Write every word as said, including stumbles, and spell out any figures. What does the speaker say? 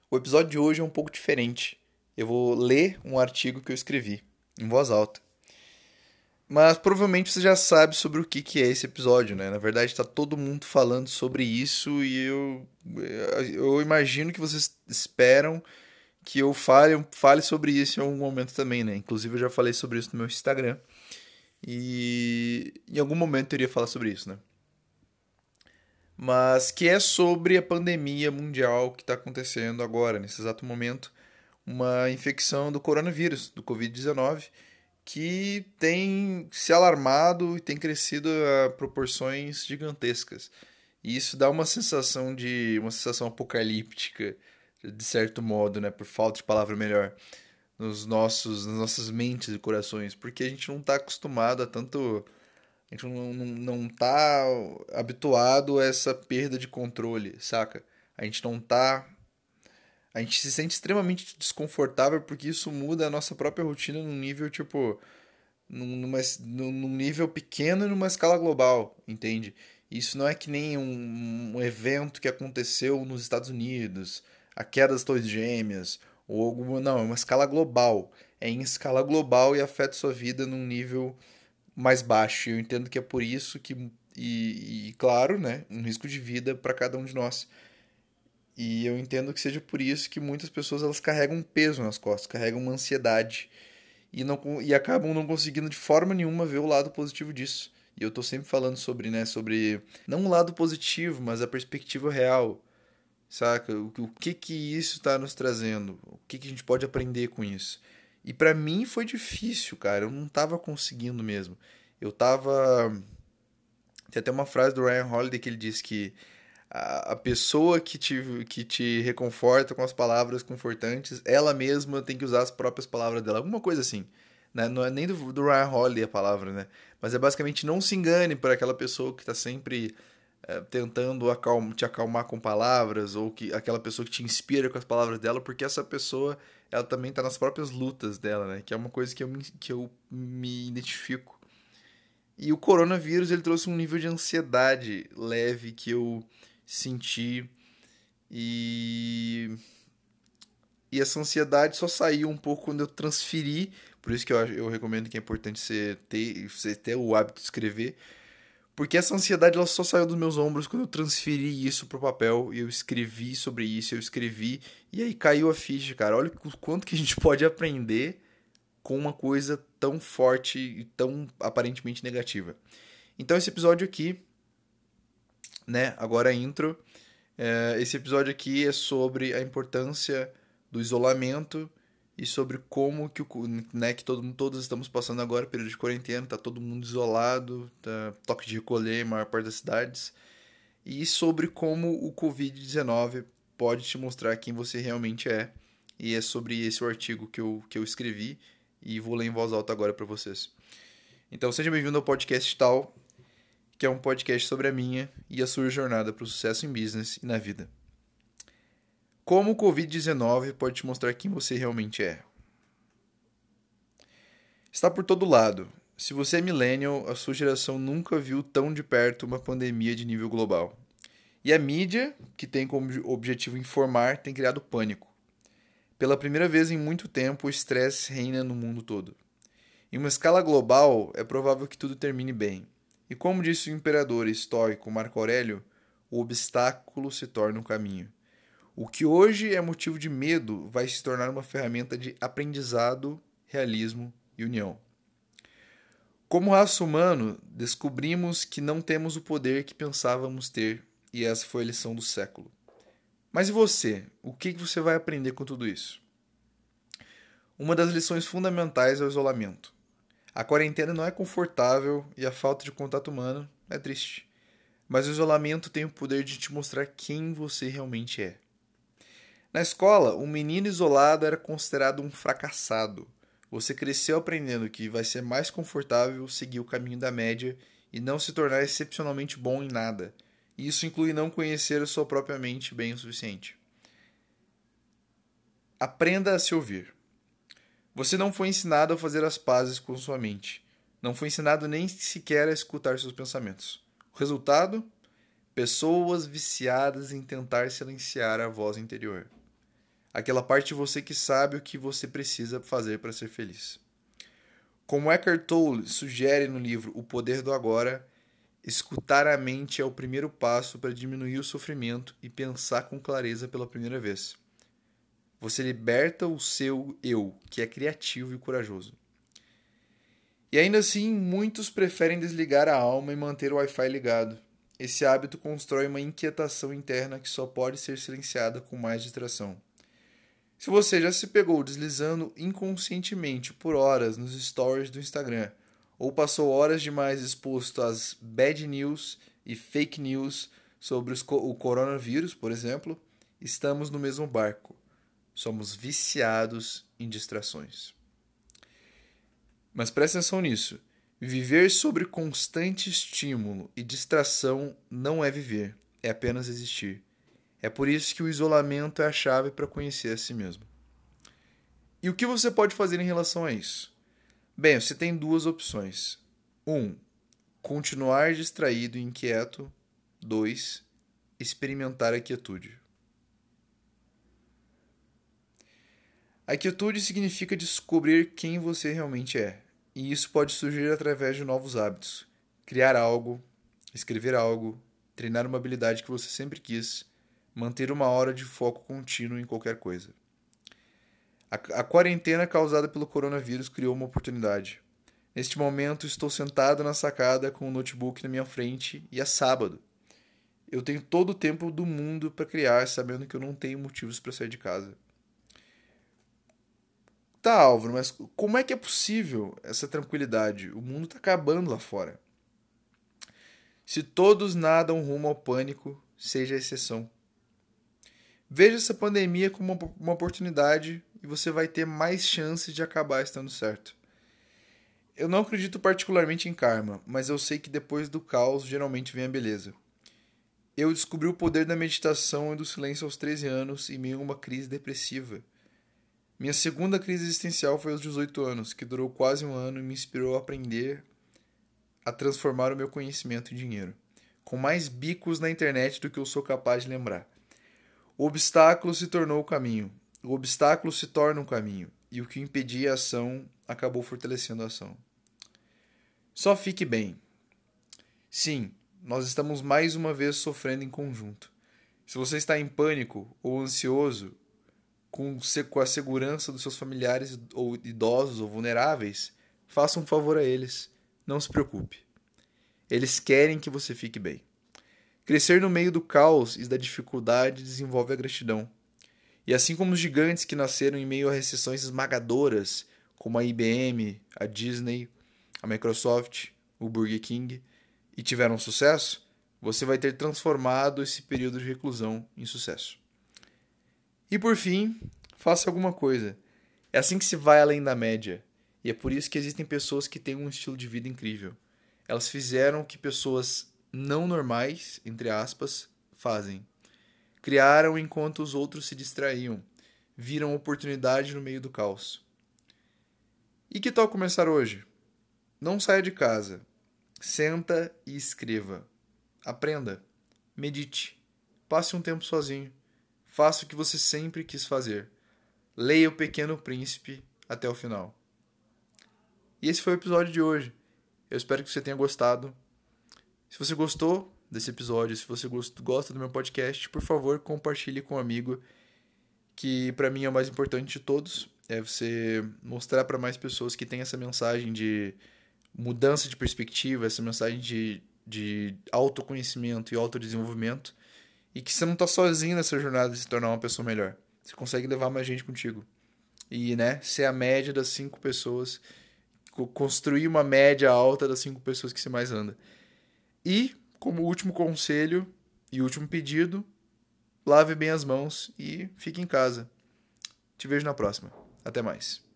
O episódio de hoje é um pouco diferente. Eu vou ler um artigo que eu escrevi, em voz alta. Mas provavelmente você já sabe sobre o que que é esse episódio, né? Na verdade, está todo mundo falando sobre isso e eu, eu imagino que vocês esperam que eu fale, fale sobre isso em algum momento também, né? Inclusive, eu já falei sobre isso no meu Instagram e em algum momento eu iria falar sobre isso, né? Mas que é sobre a pandemia mundial que está acontecendo agora, nesse exato momento, uma infecção do coronavírus, do covid dezenove, que tem se alarmado e tem crescido a proporções gigantescas. E isso dá uma sensação de uma sensação apocalíptica, de certo modo, né, por falta de palavra melhor, nos nossos nas nossas mentes e corações, porque a gente não está acostumado a tanto, a gente não, não, não tá habituado a essa perda de controle, saca? A gente não tá a gente se sente extremamente desconfortável porque isso muda a nossa própria rotina num nível, tipo, num, numa, num nível pequeno e numa escala global, entende? Isso não é que nem um, um evento que aconteceu nos Estados Unidos, a queda das Torres Gêmeas, ou alguma. Não, é uma escala global. É em escala global e afeta sua vida num nível mais baixo. E eu entendo que é por isso que. E, e claro, né? Um risco de vida para cada um de nós. E eu entendo que seja por isso que muitas pessoas elas carregam um peso nas costas, carregam uma ansiedade e, não, e acabam não conseguindo de forma nenhuma ver o lado positivo disso. E eu tô sempre falando sobre, né, sobre não o lado positivo, mas a perspectiva real, saca? O, o que que isso está nos trazendo? O que que a gente pode aprender com isso? E pra mim foi difícil, cara. Eu não tava conseguindo mesmo. Eu tava. Tem até uma frase do Ryan Holiday que ele diz que a, a pessoa que te, que te reconforta com as palavras confortantes, ela mesma tem que usar as próprias palavras dela. Alguma coisa assim. Né? Não é nem do, do Ryan Holiday a palavra, né? Mas é basicamente não se engane por aquela pessoa que está sempre é, tentando acalma, te acalmar com palavras, ou que aquela pessoa que te inspira com as palavras dela, porque essa pessoa ela também está nas próprias lutas dela, né? Que é uma coisa que eu me, que eu me identifico. E o coronavírus ele trouxe um nível de ansiedade leve que eu senti e e essa ansiedade só saiu um pouco quando eu transferi, por isso que eu, eu recomendo que é importante você ter, você ter o hábito de escrever, porque essa ansiedade ela só saiu dos meus ombros quando eu transferi isso pro papel e eu escrevi sobre isso, eu escrevi e aí caiu a ficha, cara. Olha o quanto que a gente pode aprender com uma coisa tão forte e tão aparentemente negativa. Então esse episódio aqui, né, agora a intro. É, esse episódio aqui é sobre a importância do isolamento e sobre como que, o, né, que todo, todos estamos passando agora, período de quarentena, tá todo mundo isolado, tá toque de recolher em maior parte das cidades, e sobre como o covid dezenove pode te mostrar quem você realmente é. E é sobre esse o artigo que eu, que eu escrevi e vou ler em voz alta agora para vocês. Então seja bem-vindo ao podcast Tal, que é um podcast sobre a minha e a sua jornada para o sucesso em business e na vida. Como o covid dezenove pode te mostrar quem você realmente é? Está por todo lado. Se você é millennial, a sua geração nunca viu tão de perto uma pandemia de nível global. E a mídia, que tem como objetivo informar, tem criado pânico. Pela primeira vez em muito tempo, o estresse reina no mundo todo. Em uma escala global, é provável que tudo termine bem. E como disse o imperador estoico Marco Aurélio, o obstáculo se torna um caminho. O que hoje é motivo de medo vai se tornar uma ferramenta de aprendizado, realismo e união. Como raça humana, descobrimos que não temos o poder que pensávamos ter, e essa foi a lição do século. Mas e você? O que você vai aprender com tudo isso? Uma das lições fundamentais é o isolamento. A quarentena não é confortável e a falta de contato humano é triste. Mas o isolamento tem o poder de te mostrar quem você realmente é. Na escola, um menino isolado era considerado um fracassado. Você cresceu aprendendo que vai ser mais confortável seguir o caminho da média e não se tornar excepcionalmente bom em nada. E isso inclui não conhecer a sua própria mente bem o suficiente. Aprenda a se ouvir. Você não foi ensinado a fazer as pazes com sua mente. Não foi ensinado nem sequer a escutar seus pensamentos. O resultado? Pessoas viciadas em tentar silenciar a voz interior. aquela parte de você que sabe o que você precisa fazer para ser feliz. Como Eckhart Tolle sugere no livro O Poder do Agora, escutar a mente é o primeiro passo para diminuir o sofrimento e pensar com clareza pela primeira vez. Você liberta o seu eu, que é criativo e corajoso. E ainda assim, muitos preferem desligar a alma e manter o Wi-Fi ligado. Esse hábito constrói uma inquietação interna que só pode ser silenciada com mais distração. Se você já se pegou deslizando inconscientemente por horas nos stories do Instagram, ou passou horas demais exposto às bad news e fake news sobre os co- o coronavírus, por exemplo, estamos no mesmo barco. Somos viciados em distrações. Mas presta atenção nisso. Viver sobre constante estímulo e distração não é viver, é apenas existir. É por isso que o isolamento é a chave para conhecer a si mesmo. E o que você pode fazer em relação a isso? Bem, você tem duas opções. Um, continuar distraído e inquieto. Dois, experimentar a quietude. A quietude significa descobrir quem você realmente é. E isso pode surgir através de novos hábitos. Criar algo, escrever algo, treinar uma habilidade que você sempre quis, manter uma hora de foco contínuo em qualquer coisa. A, a quarentena causada pelo coronavírus criou uma oportunidade. Neste momento, estou sentado na sacada com o notebook na minha frente e é sábado. Eu tenho todo o tempo do mundo para criar, sabendo que eu não tenho motivos para sair de casa. Tá, Álvaro, mas como é que é possível essa tranquilidade? O mundo tá acabando lá fora. Se todos nadam rumo ao pânico, seja a exceção. Veja essa pandemia como uma uma oportunidade e você vai ter mais chances de acabar estando certo. Eu não acredito particularmente em karma, mas eu sei que depois do caos geralmente vem a beleza. Eu descobri o poder da meditação e do silêncio aos treze anos em meio a uma crise depressiva. Minha segunda crise existencial foi aos dezoito anos, que durou quase um ano e me inspirou a aprender a transformar o meu conhecimento em dinheiro, com mais bicos na internet do que eu sou capaz de lembrar. O obstáculo se tornou o caminho, o obstáculo se torna um caminho, e o que impedia a ação acabou fortalecendo a ação. Só fique bem. Sim, nós estamos mais uma vez sofrendo em conjunto. Se você está em pânico ou ansioso, com a segurança dos seus familiares ou idosos ou vulneráveis, faça um favor a eles. Não se preocupe. Eles querem que você fique bem. Crescer no meio do caos e da dificuldade desenvolve a gratidão. E assim como os gigantes que nasceram em meio a recessões esmagadoras, como a I B M, a Disney, a Microsoft, o Burger King, e tiveram sucesso, você vai ter transformado esse período de reclusão em sucesso. E por fim, faça alguma coisa. É assim que se vai além da média. E é por isso que existem pessoas que têm um estilo de vida incrível. Elas fizeram o que pessoas não normais, entre aspas, fazem. Criaram enquanto os outros se distraíam. Viram oportunidade no meio do caos. E que tal começar hoje? Não saia de casa. Senta e escreva. Aprenda. Medite. Passe um tempo sozinho. Faça o que você sempre quis fazer. Leia O Pequeno Príncipe até o final. E esse foi o episódio de hoje. Eu espero que você tenha gostado. Se você gostou desse episódio, se você gosta do meu podcast, por favor, compartilhe com um amigo, que para mim é o mais importante de todos. É você mostrar para mais pessoas que tem essa mensagem de mudança de perspectiva, essa mensagem de, de autoconhecimento e autodesenvolvimento, e que você não está sozinho nessa jornada de se tornar uma pessoa melhor. Você consegue levar mais gente contigo. E, né, ser a média das cinco pessoas, construir uma média alta das cinco pessoas que você mais anda. E, como último conselho e último pedido, lave bem as mãos e fique em casa. Te vejo na próxima. Até mais.